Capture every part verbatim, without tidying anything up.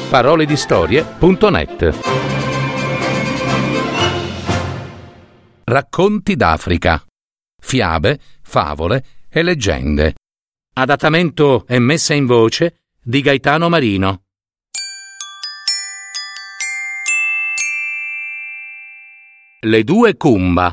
parole di storie punto net. Racconti d'Africa. Fiabe, favole e leggende. Adattamento e messa in voce di Gaetano Marino. Le due Kumba.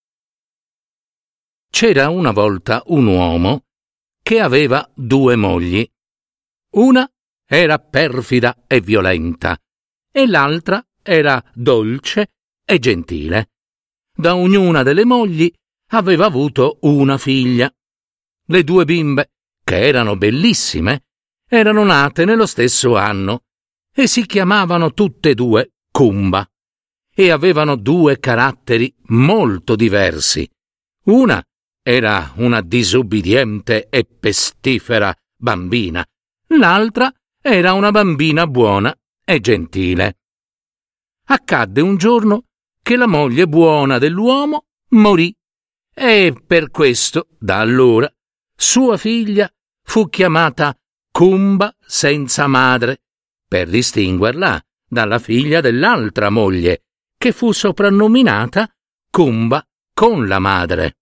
C'era una volta un uomo che aveva due mogli. Una era perfida e violenta e l'altra era dolce e gentile. Da ognuna delle mogli aveva avuto una figlia. Le due bimbe, che erano bellissime, erano nate nello stesso anno e si chiamavano tutte e due Kumba e avevano due caratteri molto diversi. Una era una disubbidiente e pestifera bambina, l'altra era una bambina buona e gentile. Accadde un giorno che la moglie buona dell'uomo morì e per questo, da allora, sua figlia fu chiamata Kumba senza madre, per distinguerla dalla figlia dell'altra moglie, che fu soprannominata Kumba con la madre.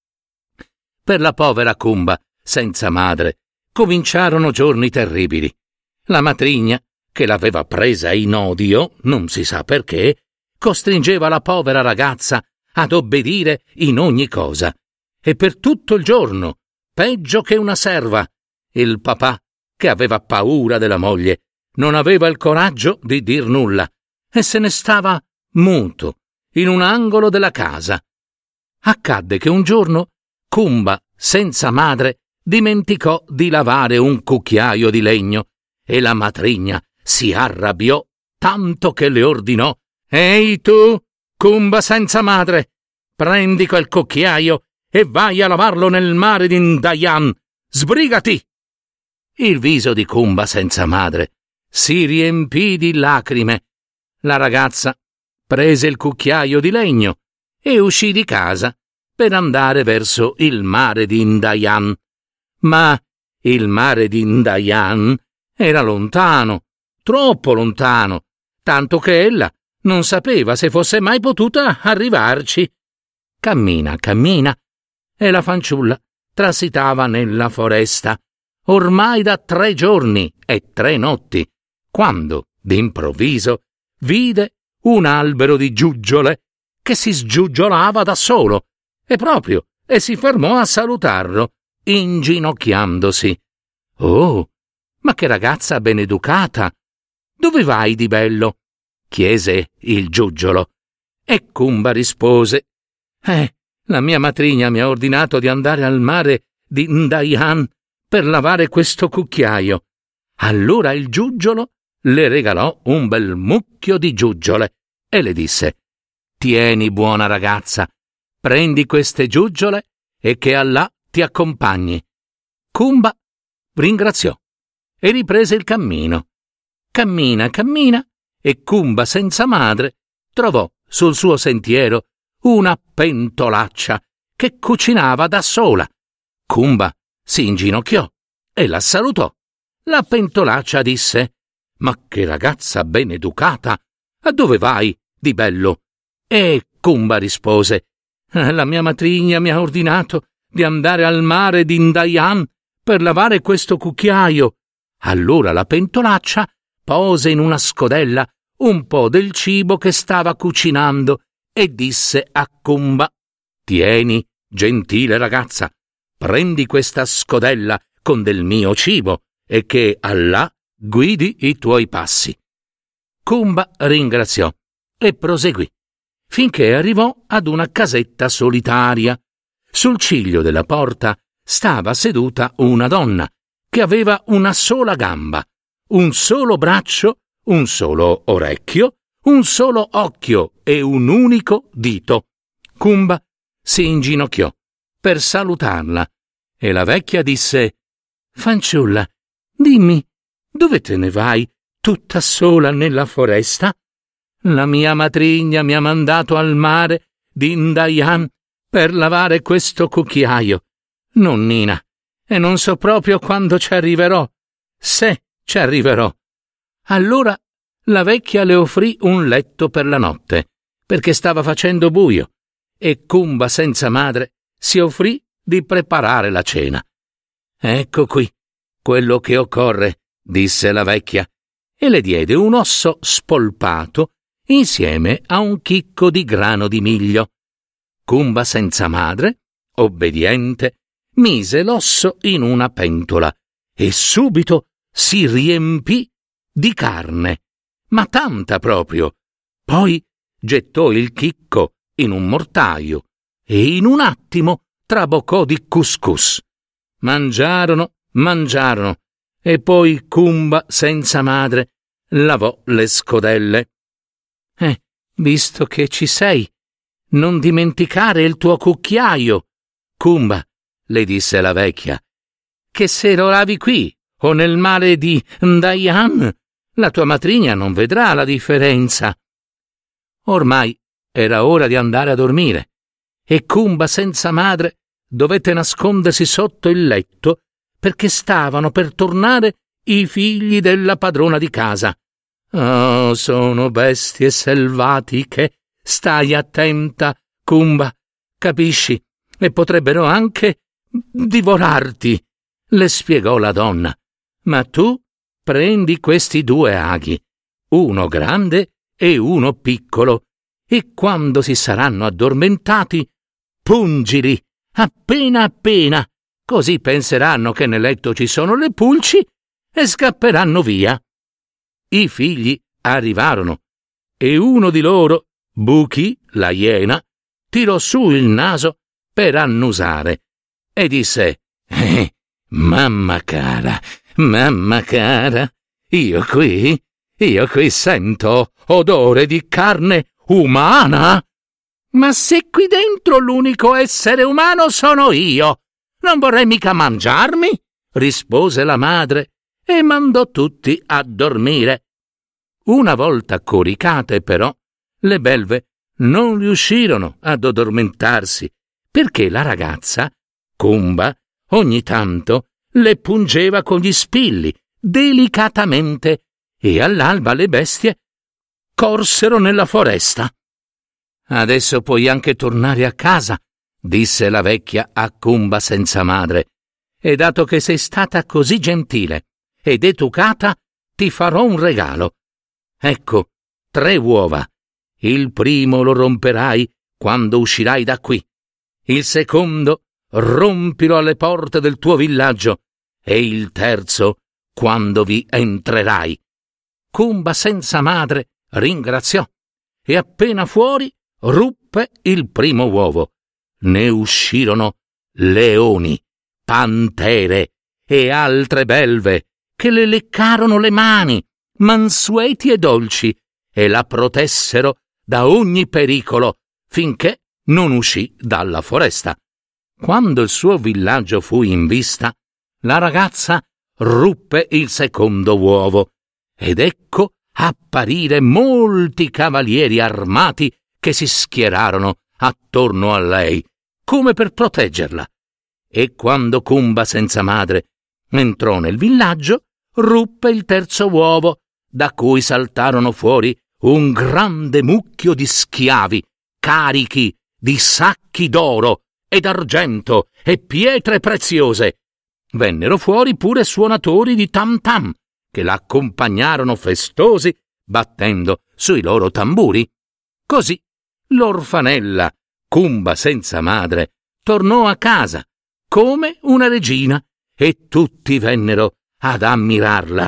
Per la povera Kumba senza madre cominciarono giorni terribili. La matrigna, che l'aveva presa in odio, non si sa perché, costringeva la povera ragazza ad obbedire in ogni cosa, e per tutto il giorno, peggio che una serva. Il papà, che aveva paura della moglie, non aveva il coraggio di dir nulla e se ne stava muto in un angolo della casa. Accadde che un giorno Kumba senza madre dimenticò di lavare un cucchiaio di legno e la matrigna si arrabbiò tanto che le ordinò: «Ehi tu, Kumba senza madre, prendi quel cucchiaio e vai a lavarlo nel mare di Ndayan. Sbrigati!» Il viso di Kumba senza madre si riempì di lacrime. La ragazza prese il cucchiaio di legno e uscì di casa per andare verso il mare di Ndayan. Ma il mare di Ndayan era lontano, troppo lontano, tanto che ella non sapeva se fosse mai potuta arrivarci. Cammina, cammina, e la fanciulla transitava nella foresta, ormai da tre giorni e tre notti, quando, d'improvviso, vide un albero di giuggiole che si sgiugiolava da solo, e proprio e si fermò a salutarlo, inginocchiandosi. «Oh, ma che ragazza ben educata! Dove vai di bello?» chiese il giuggiolo. E Kumba rispose: «Eh, la mia matrigna mi ha ordinato di andare al mare di Ndayan per lavare questo cucchiaio». Allora il giuggiolo le regalò un bel mucchio di giuggiole e le disse: «Tieni, buona ragazza, prendi queste giuggiole e che Allah ti accompagni». Kumba ringraziò e riprese il cammino. Cammina, cammina, e Kumba senza madre trovò sul suo sentiero una pentolaccia che cucinava da sola. Kumba si inginocchiò e la salutò. La pentolaccia disse: «Ma che ragazza ben educata! A dove vai di bello?» E Kumba rispose: «La mia matrigna mi ha ordinato di andare al mare di Ndayan per lavare questo cucchiaio». Allora la pentolaccia pose in una scodella un po' del cibo che stava cucinando e disse a Kumba: «Tieni, gentile ragazza, prendi questa scodella con del mio cibo e che Allah guidi i tuoi passi». Kumba ringraziò e proseguì, finché arrivò ad una casetta solitaria. Sul ciglio della porta stava seduta una donna che aveva una sola gamba, un solo braccio, un solo orecchio, un solo occhio e un unico dito. Kumba si inginocchiò per salutarla e la vecchia disse: «Fanciulla, dimmi, dove te ne vai tutta sola nella foresta?» «La mia matrigna mi ha mandato al mare di Ndayan per lavare questo cucchiaio, nonnina, e non so proprio quando ci arriverò, se ci arriverò». Allora la vecchia le offrì un letto per la notte, perché stava facendo buio, e Cumba senza madre si offrì di preparare la cena. «Ecco qui quello che occorre», disse la vecchia, e le diede un osso spolpato insieme a un chicco di grano di miglio. Cumba senza madre, obbediente, mise l'osso in una pentola e subito si riempì di carne, ma tanta proprio. Poi gettò il chicco in un mortaio e in un attimo traboccò di couscous. Mangiarono, mangiarono, e poi Cumba senza madre lavò le scodelle. «Eh, visto che ci sei, non dimenticare il tuo cucchiaio, Cumba», le disse la vecchia, «che se lo lavi qui o nel mare di Ndayan, la tua matrigna non vedrà la differenza». Ormai era ora di andare a dormire, e Cumba senza madre dovette nascondersi sotto il letto perché stavano per tornare i figli della padrona di casa. «Oh, sono bestie selvatiche, stai attenta, Cumba, capisci? E potrebbero anche divorarti», le spiegò la donna. «Ma tu prendi questi due aghi, uno grande e uno piccolo, e quando si saranno addormentati, pungili appena appena, così penseranno che nel letto ci sono le pulci e scapperanno via». I figli arrivarono e uno di loro, Buchi, la iena, tirò su il naso per annusare e disse: «Eh, mamma cara, mamma cara, io qui, io qui sento odore di carne umana». «Ma se qui dentro l'unico essere umano sono io, non vorrei mica mangiarmi?» rispose la madre e mandò tutti a dormire. Una volta coricate, però, le belve non riuscirono ad addormentarsi, perché la ragazza, Cumba, ogni tanto le pungeva con gli spilli, delicatamente, e all'alba le bestie corsero nella foresta. «Adesso puoi anche tornare a casa», disse la vecchia a Cumba senza madre, «e dato che sei stata così gentile ed educata, ti farò un regalo. Ecco, tre uova. Il primo lo romperai quando uscirai da qui. Il secondo rompilo alle porte del tuo villaggio e il terzo quando vi entrerai». Cumba senza madre ringraziò e appena fuori ruppe il primo uovo. Ne uscirono leoni, pantere e altre belve che le leccarono le mani, mansueti e dolci, e la protessero da ogni pericolo finché non uscì dalla foresta. Quando il suo villaggio fu in vista, la ragazza ruppe il secondo uovo, ed ecco apparire molti cavalieri armati che si schierarono attorno a lei, come per proteggerla. E quando Cumba senza madre entrò nel villaggio, ruppe il terzo uovo, da cui saltarono fuori un grande mucchio di schiavi, carichi di sacchi d'oro e d'argento e pietre preziose. Vennero fuori pure suonatori di tam tam, che la accompagnarono festosi, battendo sui loro tamburi. Così l'orfanella, Cumba senza madre, tornò a casa come una regina, e tutti vennero ad ammirarla.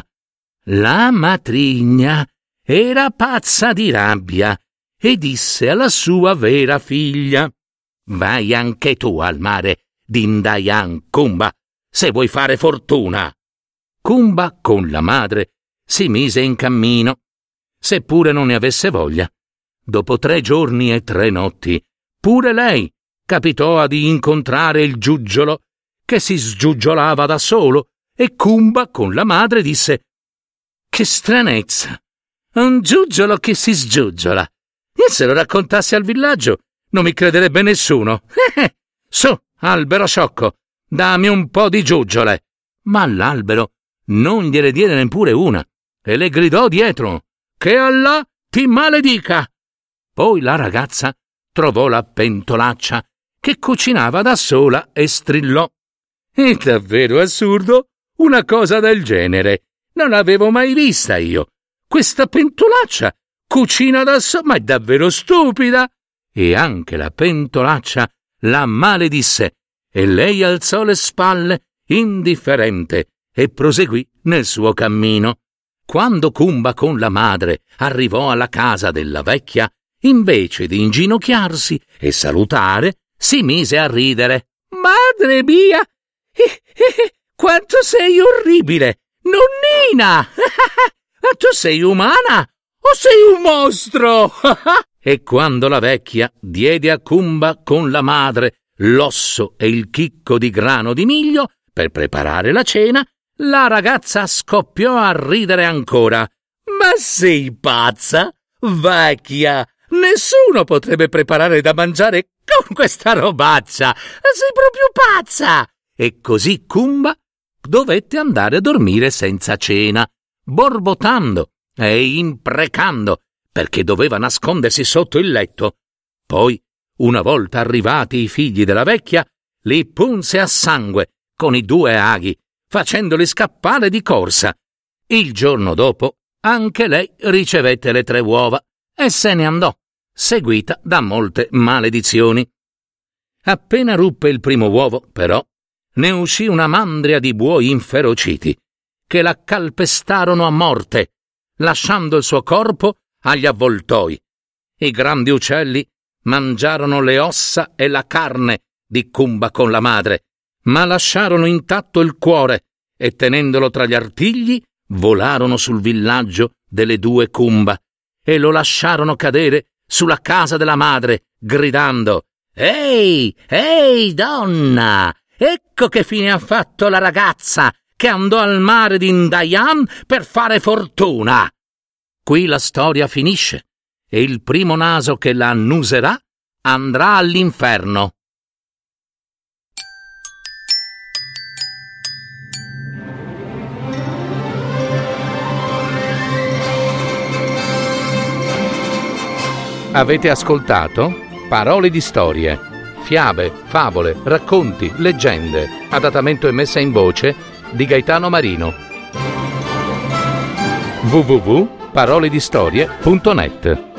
La matrigna era pazza di rabbia e disse alla sua vera figlia: «Vai anche tu al mare di Ndayan, Cumba, se vuoi fare fortuna». Cumba con la madre si mise in cammino, seppure non ne avesse voglia. Dopo tre giorni e tre notti, pure lei capitò ad incontrare il giuggiolo, che si sgiugiolava da solo, e Cumba con la madre disse: «Che stranezza! Un giuggiolo che si sgiugiola! E se lo raccontassi al villaggio non mi crederebbe nessuno. Eh, eh. Su, albero sciocco, dammi un po' di giuggiole». Ma l'albero non gliene diede neppure una, e le gridò dietro: «Che Allah ti maledica!» Poi la ragazza trovò la pentolaccia che cucinava da sola e strillò: «È davvero assurdo una cosa del genere! Non l'avevo mai vista io! Questa pentolaccia cucina da sola, ma è davvero stupida!» E anche la pentolaccia la maledisse e lei alzò le spalle indifferente e proseguì nel suo cammino. Quando Cumba con la madre arrivò alla casa della vecchia, invece di inginocchiarsi e salutare, si mise a ridere. «Madre mia! Eh, eh, quanto sei orribile! Nonnina! Ma tu sei umana o sei un mostro?» E quando la vecchia diede a Cumba con la madre l'osso e il chicco di grano di miglio per preparare la cena, la ragazza scoppiò a ridere ancora. «Ma sei pazza? Vecchia! Nessuno potrebbe preparare da mangiare con questa robaccia! Sei proprio pazza!» E così Cumba dovette andare a dormire senza cena, borbottando e imprecando, perché doveva nascondersi sotto il letto. Poi, una volta arrivati i figli della vecchia, li punse a sangue con i due aghi, facendoli scappare di corsa. Il giorno dopo anche lei ricevette le tre uova e se ne andò, seguita da molte maledizioni. Appena ruppe il primo uovo, però, ne uscì una mandria di buoi inferociti, che la calpestarono a morte, lasciando il suo corpo agli avvoltoi. I grandi uccelli mangiarono le ossa e la carne di Cumba con la madre, ma lasciarono intatto il cuore e, tenendolo tra gli artigli, volarono sul villaggio delle due Cumba e lo lasciarono cadere sulla casa della madre, gridando: «Ehi, ehi, donna! Ecco che fine ha fatto la ragazza che andò al mare di Ndayam per fare fortuna!» Qui la storia finisce e il primo naso che la annuserà andrà all'inferno. Avete ascoltato Parole di storie, fiabe, favole, racconti, leggende, adattamento e messa in voce di Gaetano Marino. w w w punto parole di storie punto net